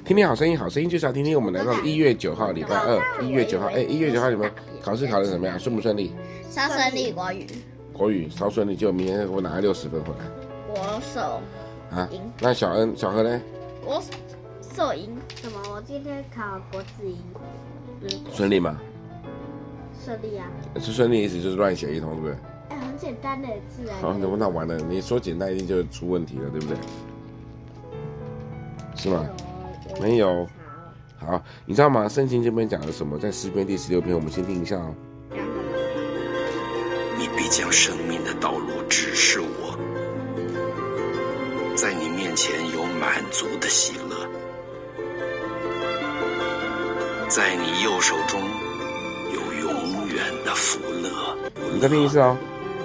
听听好声音，好声音就是要听听。我们来到1月9号，礼拜二，1月9号。1月9号你们考试考得怎么样？顺不顺利？ 超顺利，国语超顺利，就明天我拿了60分回来。 我手啊，那小何呢？ 我手音什么？我今天考国字音， 顺利吗？ 顺利啊。 是顺利，意思就是乱写一通，对不对？ 很简单的字啊。 好，那完了，你说简单一定就出问题了，对不对？是吗？没有。好，你知道吗？圣经这边讲了什么？在诗篇第16篇，我们先听一下哦。 你必将生命的道路指示我，在你面前有满足的喜乐，在你右手中有永远的福乐。 你再听一次哦。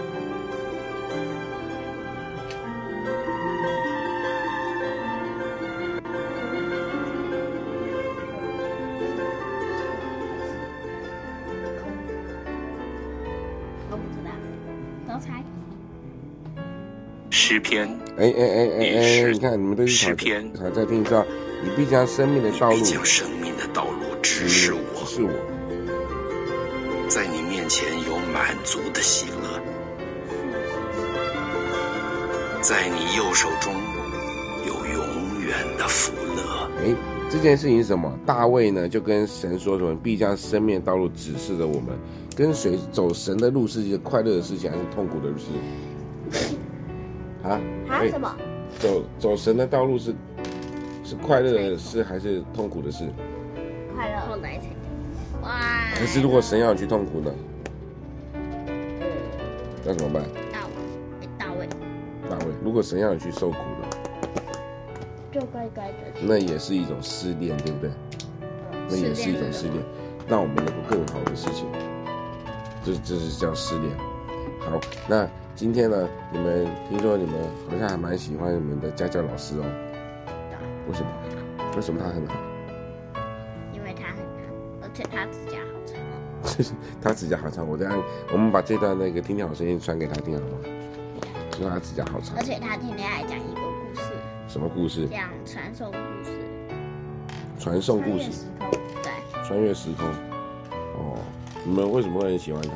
我不知道，都猜。 诗篇， 你看你们都是诗篇， 好，再听一次啊！你必将生命的道路，指示我， 在你面前有满足的喜乐，在你右手中有永远的福乐。 这件事情是什么？大卫呢就跟神说什么？必将生命的道路指示着我们，跟随走神的路是一个快乐的事情，还是痛苦的事情？ 什么？ 走神的道路是快乐的事还是痛苦的事？ 快乐。后来才。哇！ 可是如果神要你去痛苦呢？那怎么办？ 大卫。 如果神要你去受苦呢？ 就乖乖的。 那也是一种试炼，对不对？那也是一种试炼，让我们能够更好的事情。这是叫试炼。好，那今天呢？你们听说你们好像还蛮喜欢你们的家教老师哦？为什么？为什么他很好？ 因为他很好，而且他指甲好长哦。 他指甲好长，我们把这段那个听听好声音传给他听好吗？说他指甲好长， 而且他今天还讲一个故事。 什么故事？ 讲传送故事。 传送故事。 对。 穿越时空。哦，你们为什么会很喜欢他？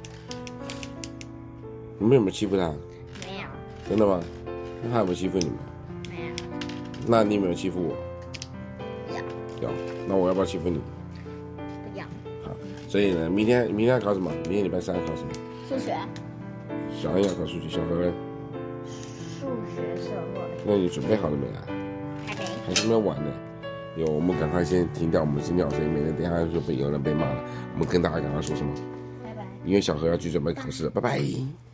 你们有没有欺负他？ 没有。 真的吗？那他有没有欺负你们？ 没有。 那你有没有欺负我？ 有。 那我要不要欺负你？ 不要。 好，所以呢，明天要考什么？明天礼拜3要考什么？ 数学。 小恩要考数学，小何呢？ 数学社会。 那你准备好了没啊？还是没有玩呢。我们赶快先停掉我们今天好声音，免得等一下就有人被骂了。我们跟大家赶快说什么？ 拜拜。 因为小何要去准备考试了，拜拜。